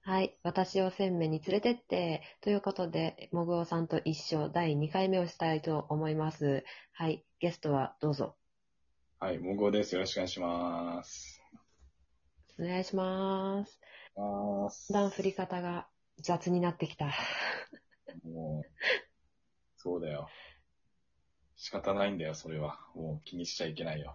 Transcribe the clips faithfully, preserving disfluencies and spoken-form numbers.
はい。私を鮮明に連れてって、ということで、もぐおさんと一緒だいにかいめをしたいと思います。はい。ゲストはどうぞ。 はい、もごです。よろしくお願いします。 お願いします。 まだんだん振りす。 方が雑になってきた。 もう、そうだよ。仕方ないんだよ、それは。もう気にしちゃいけないよ。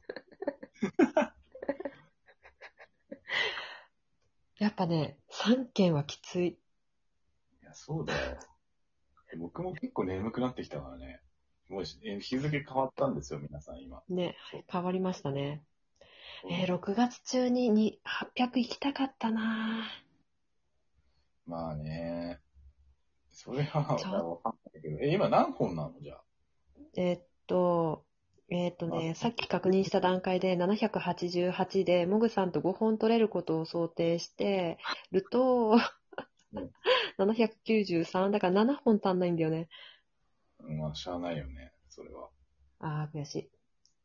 やっぱね、さんけんはきつい。 いや、そうだよ。僕も結構眠くなってきたからね。もうえ日付変わったんですよ、皆さん今。 ね、 そう。 変わりましたね。えー、 そろくがつ中ににはっぴゃく行きたかったなう。まあね。それはぁ。ちょっわかんないけど。え、今何本なのじゃあ。 えーっと、えーっとまあ、 ね、さっき確認した段階でななひゃくはちじゅうはちで、もぐさんとごほん取れることを想定してると、 ね、 ななひゃくきゅうじゅうさん、だからななほん足んないんだよね。 まあ、しゃあないよね、それは。 ああ、悔しい。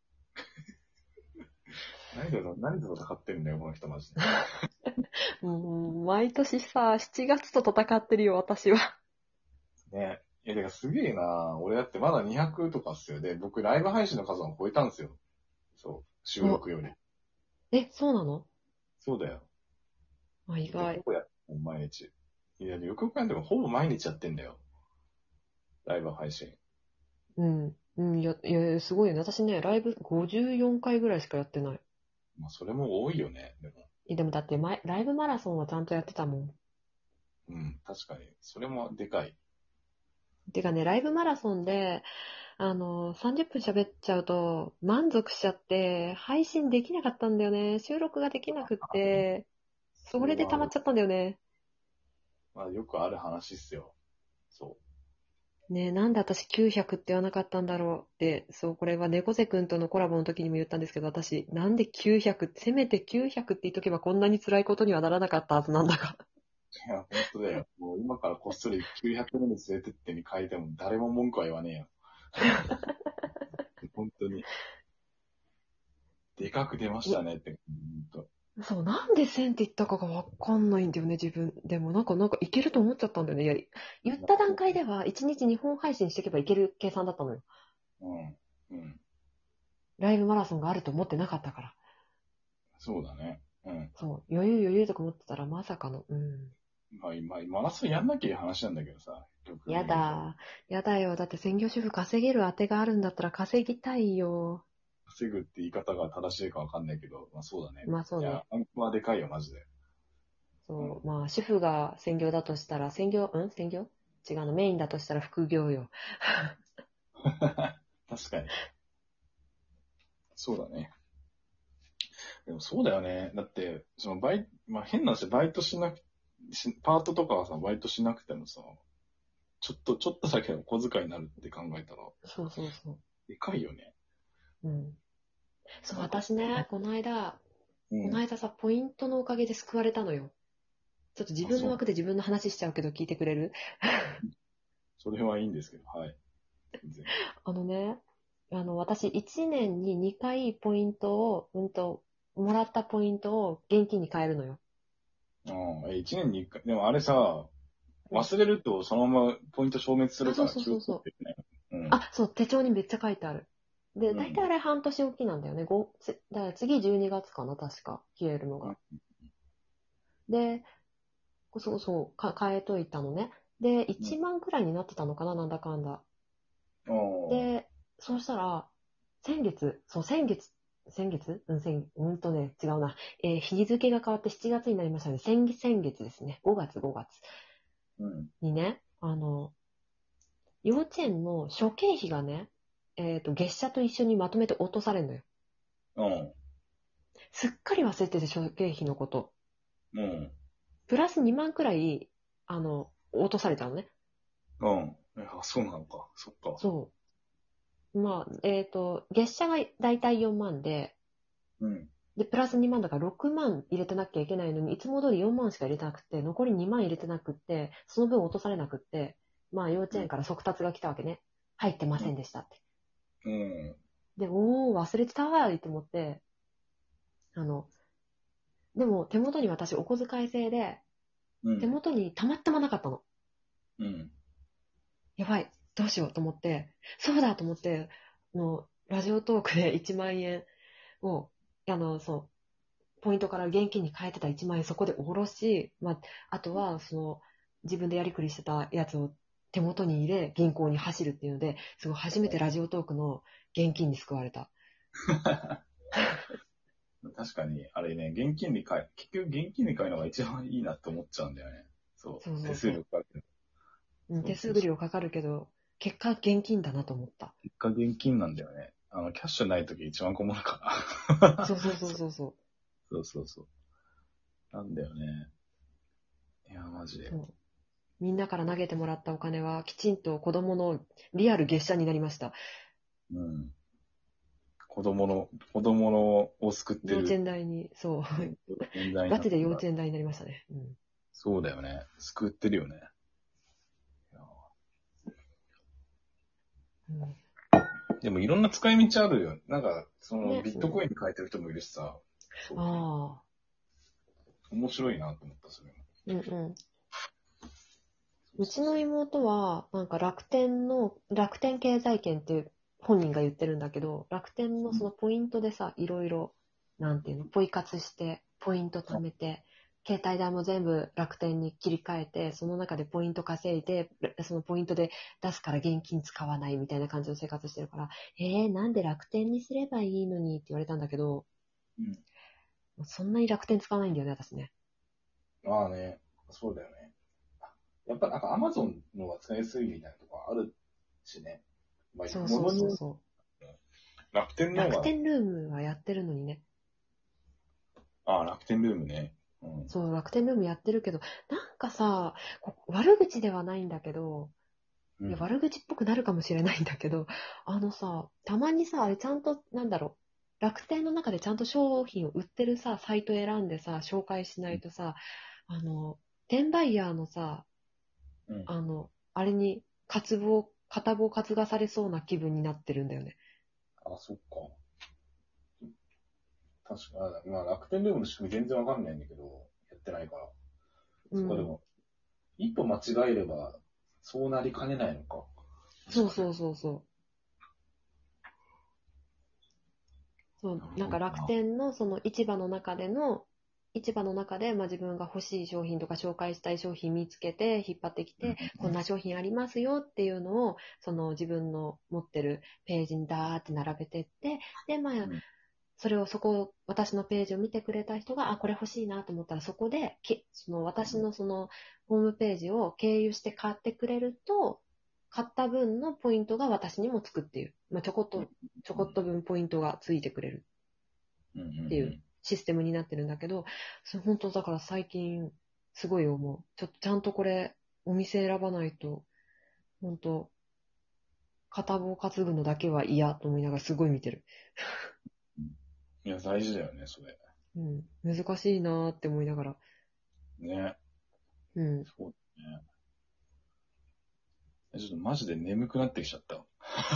何で、何で戦ってんだよ、この人マジで。 もう、毎年さ、しちがつと戦ってるよ、私は。 ね。いや、だからすげえな。俺だってまだにひゃくとかっすよ。で、僕ライブ配信の数は超えたんですよ。そう。収お、 録より。 え、そうなの？ そうだよ。 あ、意で、ほ外。 ぼやってる毎日。いや、よくよく考えてもほぼ毎日やってんだよ。ライブ配信。 うん。うん、いや、いや、すごいよね。私ね、ライブごじゅうよんかいぐらいしかやってない。 まあ、それも多いよね。でも。 え、でもだって前、ライブマラソンはちゃんとやってたもん。 うん、確かに。それもでかい。 てかね、ライブマラソンで、あの、さんじゅっぷん喋っちゃうと満足しちゃって、配信できなかったんだよね。収録ができなくって、それでそれはある。 溜まっちゃったんだよね。 まあ、よくある話っすよ。そねえ、なんで私きゅうひゃくって言わなかったんだろうって、そう、これは猫背くんとのコラボの時にも言ったんですけど、私、なんできゅうひゃく、せめてきゅうひゃくって言っとけばこんなに辛いことにはならなかったはずなんだが。 う。いや、本当だよ。もう今からこっそりきゅうひゃくめに連れてってに書いても誰も文句は言わねえよ。本当に。でかく出ましたねって。本当。 そう、なんでせんって言ったかがわかんないんだよね、自分でも。なんか、なんかいけると思っちゃったんだよね。いや、言った段階ではいちにちにほん配信していけばいける計算だったのよ。 うん。うん。 ライブマラソンがあると思ってなかったから。 そうだね。うん。 そう、余裕余裕とか思ってたらまさかの、うん。 まあ、今、マラソンやんなきゃいい話なんだけどさ、逆やに言うと。 だ。やだよ。だって専業主婦稼げる当てがあるんだったら稼ぎたいよ。 稼ぐって言い方が正しいかわかんないけど、まあそうだね。いや、 まあそうね。 ランクはでかいよ、マジで。うん。 そう。まあ主婦が専業だとしたら、専業、ん専業違うの。メインだとしたら副業よ。 確かに。そうだね。でもそうだよね。だって、そのバイ、まあ変な話、バイトしなく、しパートとかはさ、バイトしなくてもさ、ちょっと、ちょっとだけお小遣いになるって考えたら、 そうそうそでかいよね。 う。うん。そう、 なんか、 私ね、この間、 うん。 この間さ、ポイントのおかげで救われたのよ。ちょっと自あ、そう。 分の枠で自分の話しちゃうけど聞いてくれる？ それはいいんですけど、はい。全然。 あのね、あの、私いちねんににかいポイントを、うんと、もらったポイントを現金に変えるのよ。 ああ、え、一年に一回、でもあれさ、 うん。 忘れるとそのままポイント消滅すあ、そうるから気をそうそうそう。 つけてね。うん。 あ、そう、手帳にめっちゃ書いてある。で、 うん。 大体あれ半年おきなんだよね。ごつだから次じゅうにがつかな、確か、消えるのが。 うん。 で、そうそう、か、変えといたのね。で、 うん。 いちまんくらいになってたのかな、なんだかんだ。 ああ。 で、そうしたら、先月、そう、先月、先月うん、先、うんとね、違うな。えー日付が変わってしちがつになりましたね。先、先月ですね。ごがつ、ごがつうん。 にね、あの、幼稚園の諸経費がね、えっと、月謝と一緒にまとめて落とされるのよ。 うん。 すっかり忘れてて、諸経費のこと。 うん。 プラスにまんくらい、あの、落とされたのね。 うん。えあ、そうなのか。そっか。 そう。まあ、えっと、月謝がだいたいよんまんで、 うん。 で、プラスにまんだからろくまん入れてなきゃいけないのに、いつも通りよんまんしか入れてなくて、残りにまん入れてなくって、その分落とされなくって、まあ幼稚うん。 園から速達が来たわけね。入ってまうん。 せんでしたって。 うん。 で、おー、忘れてたーって思って、あの、でも手元に私お小遣い制で、 手うん。 元にたまったまなかったの。 うん。 やばい、どうしようと思って、そうだと思って、あの、ラジオトークでいちまん円を、あの、そう、ポイントから現金に変えてたいちまん円そこで下ろし、まあ、あとは、その、自分でやりくりしてたやつを手元に入れ、銀行に走るっていうので、すごい初めてラジオトークの現金に救われた。 確かに、あれね、現金に変え、結局現金に変えるのが一番いいなって思っちゃうんだよね。そう。手そうそうそ数料かかるけど。 う。うん、手そうそうそう。 数料かかるけど、結果現金だなと思った。 結果現金なんだよね。あの、キャッシュないとき一番困るから。 そうそうそうそうそそうそうそう。なんだよね。いや、マジう。 で。 そうみんなから投げてもらったお金は、きちんと子供のリアル月謝になりました。 うん。子供の、子供のを救って幼稚る、 園代に、そう。 ね、冤罪にガチで幼なってもらう。 稚園代になりましたね。うん。 そうだよね。救ってるよね。いやうんでもいろんな使い道あるよ。なんか、そのね。 ビットコインに変えてる人もいるしさ。そう。 ああ。 面白いなと思った、それも。 うんうん。うちの妹は、なんか楽天の、楽天経済圏っていう本人が言ってるんだけど、楽天のそのポイントでさ、いろいろ、なんていうの、ポイ活して、ポイント貯めて、携帯代も全部楽天に切り替えて、その中でポイント稼いで、そのポイントで出すから現金使わないみたいな感じの生活してるから、えー、なんで楽天にすればいいのにって言われたんだけど、 うん。 そんなに楽天使わないんだよね、私ね。 まあね、そうだよね。やっぱなんかアマゾンのが使いやすいみたいなとこあるしね。まあ、 そうそう物によるそうそう。 楽天の方が、 楽天ルームはやってるのにね。 ああ、楽天ルームね。うん。 そう、楽天ルームやってるけど、なんかさ、こ悪口ではないんだけど、いや、 うん。 悪口っぽくなるかもしれないんだけど、あのさ、たまにさ、あれちゃんと、なんだろう、楽天の中でちゃんと商品を売ってるさ、サイト選んでさ、紹介しないとさ、あの、転売ヤーのさ、 うん。 あの、あれに、渇望、片棒担がされそうな気分になってるんだよね。 あ、そっか。確かに、まあ楽天ルームの仕組み全然わかんないんだけど、やってないから。 うん。 そこでも、一歩間違えれば、そうなりかねないのか。確かに。 そうそうそうそう。そう、 なるなんか楽ほどな。 天のその市場の中での、市場の中で、まあ、自分が欲しい商品とか紹介したい商品見つけて引っ張ってきうん。 て、こんな商品ありますよっていうのを、その自分の持ってるページにダーって並べてって、で、まあ、 うん。 それをそこ、私のページを見てくれた人が、あ、これ欲しいなと思ったら、そこで、けその私のそのホームページを経由して買ってくれると、買った分のポイントが私にもつくっていう、まあ、ちょこっうん。 と、ちょこっと分ポイントがついてくれるうん。うっていうん。 システムになってるんだけど、それ本当だから最近すごい思う。ちょっとちゃんとこれお店選ばないと、本当片棒担ぐのだけは嫌と思いながらすごい見てる。 うん。いや、大事だよね、それ。 うん。難しいなーって思いながら。 ね。 うん。 そうだね。えちょっとマジで眠くなってきちゃった。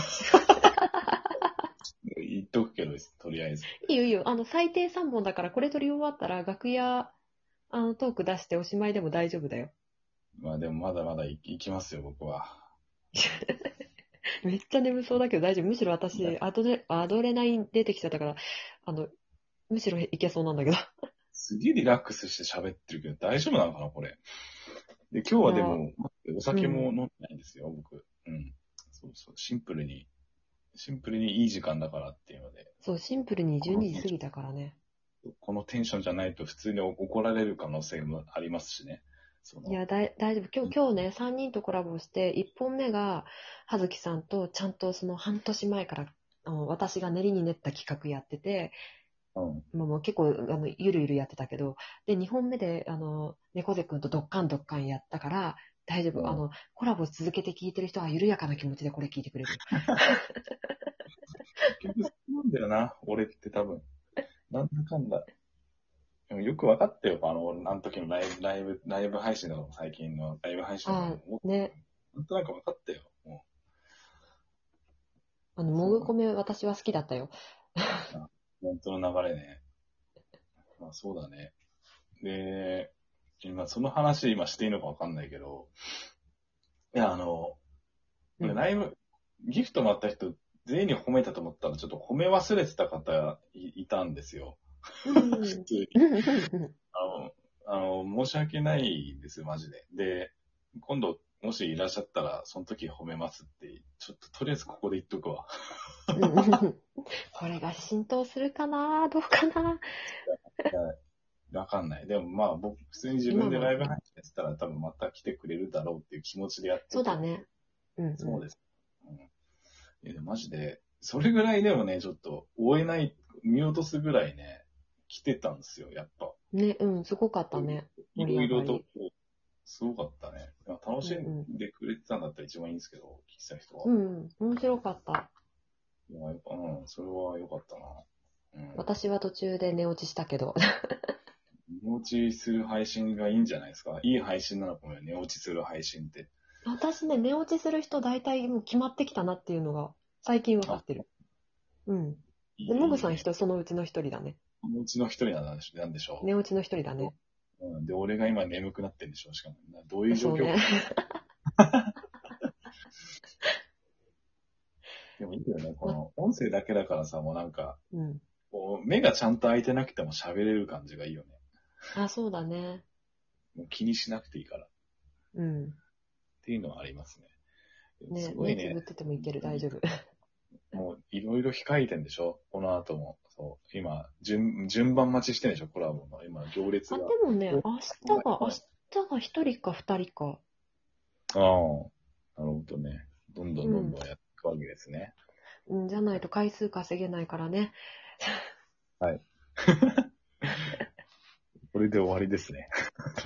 言っとくけど、とりあえず。 いいよいいよ。あの、最低さんぼんだからこれ取り終わったら楽屋、あの、トーク出しておしまいでも大丈夫だよ。 まあでもまだまだいいきますよ、僕は。 めっちゃ眠そうだけど大丈夫。むしろ私、アドレ、アドレナリン出てきちゃったから、あの、むしろいけそうなんだけど。 すげえリラックスして喋ってるけど、大丈夫なのかな、これ。で、今日はでいや、 も、おうん。 酒も飲んでないんですよ、僕。うん。そうそう。シンプルに、シンプルにいい時間だからっていうので、 そう、シンプルに12 このテンシ時過ぎたからね。 ョン、このテンションじゃないと普通に怒られる可能性もありますしね。その、 いや、だい、大丈夫。今日、今日ね、さんにんとコラボして、いっぽんめが、葉月さんと、ちゃんとその半年前から、あの私が練りに練った企画やってて、 うん。 まあ、もう結構、あの、ゆるゆるやってたけど、で、にほんめで、あの、猫背くんとドッカンドッカンやったから、大丈夫。あうん。 の、コラボ続けて聞いてる人は緩やかな気持ちでこれ聞いてくれるよ。 結局そうなんだよな、俺って多分。なんだかんだ。でもよく分かったよ、あの、あの時のライブ、ライブ、ライブ配信とかも最近のライブ配信とかあも、もあ、ね。 うなんとなく分かったよ。もあの、 う、 もそうなんぐ米私は好きだったよ。 だ。本当の流れね。まあそうだね。で、 今その話今していいのかわかんないけど、いや、あの、 うんライブ、ギフトもらった人、全員に褒めたと思ったら、ちょっと褒め忘れてた方い、いたんですよ。 うん普通に。 うんうんあの、あの、申し訳ないんですよ、マジで。で、今度、もしいらっしゃったら、その時褒めますって、ちょっととりあえずここで言っとくわ。 うんうんうんこれが浸透するかなどうかな。 いやわかんない。でもまあ、僕、普通に自分でライブ配信やってたら、多分また来てくれるだろうっていう気持ちでやってて。 そうだね。うんうん。 そうです。うん。いや、でもマジで、それぐらいでもね、ちょっと、追えない、見落とすぐらいね、来てたんですよ、やっぱ。 ね、うん、すごかったね。 い盛りろいろと上がり。、 すごかったね。まあ楽しうんうんんでくれてたんだったら一番いいんですけど、聞いてた人は。 うん、面白かった。 いや、やっぱ、うん、それは良かったな。うん。 私は途中で寝落ちしたけど。 寝落ちする配信がいいんじゃないですか。いい配信なのかもよ、寝落ちする配信って。 私ね、寝落ちする人大体もう決まってきたなっていうのが最近分かってる。うん。で、 いいね、 もぐさんいいね。 人そのうちの一人だね。 寝落ちの一人なんでしょなんでしょ寝落ちの一人だね。 う。うん。で、俺が今眠くなってるんでしょしかも。などういう状況そうね。 でもいいよね。この音声だけだからさ、もうなんか、 うん。 こう目がちゃんと開いてなくても喋れる感じがいいよね。 あ、そうだね。 もう気にしなくていいから。っうん。 ていうのはありますね。すね、 ごいね。 目つぶっててもいける、大丈夫。 もういろいろ控えてんでしょこの後も。そう。今、順、順番待ちしてんでしょコラボの。今、行列あ、 が。 でもね、明日が、明日が一人か二人か。 ああ、なるほどね。どんどんどんどんやっていくわけですね。 うん、じゃないと回数稼げないからね。 はい。これで終わりですね。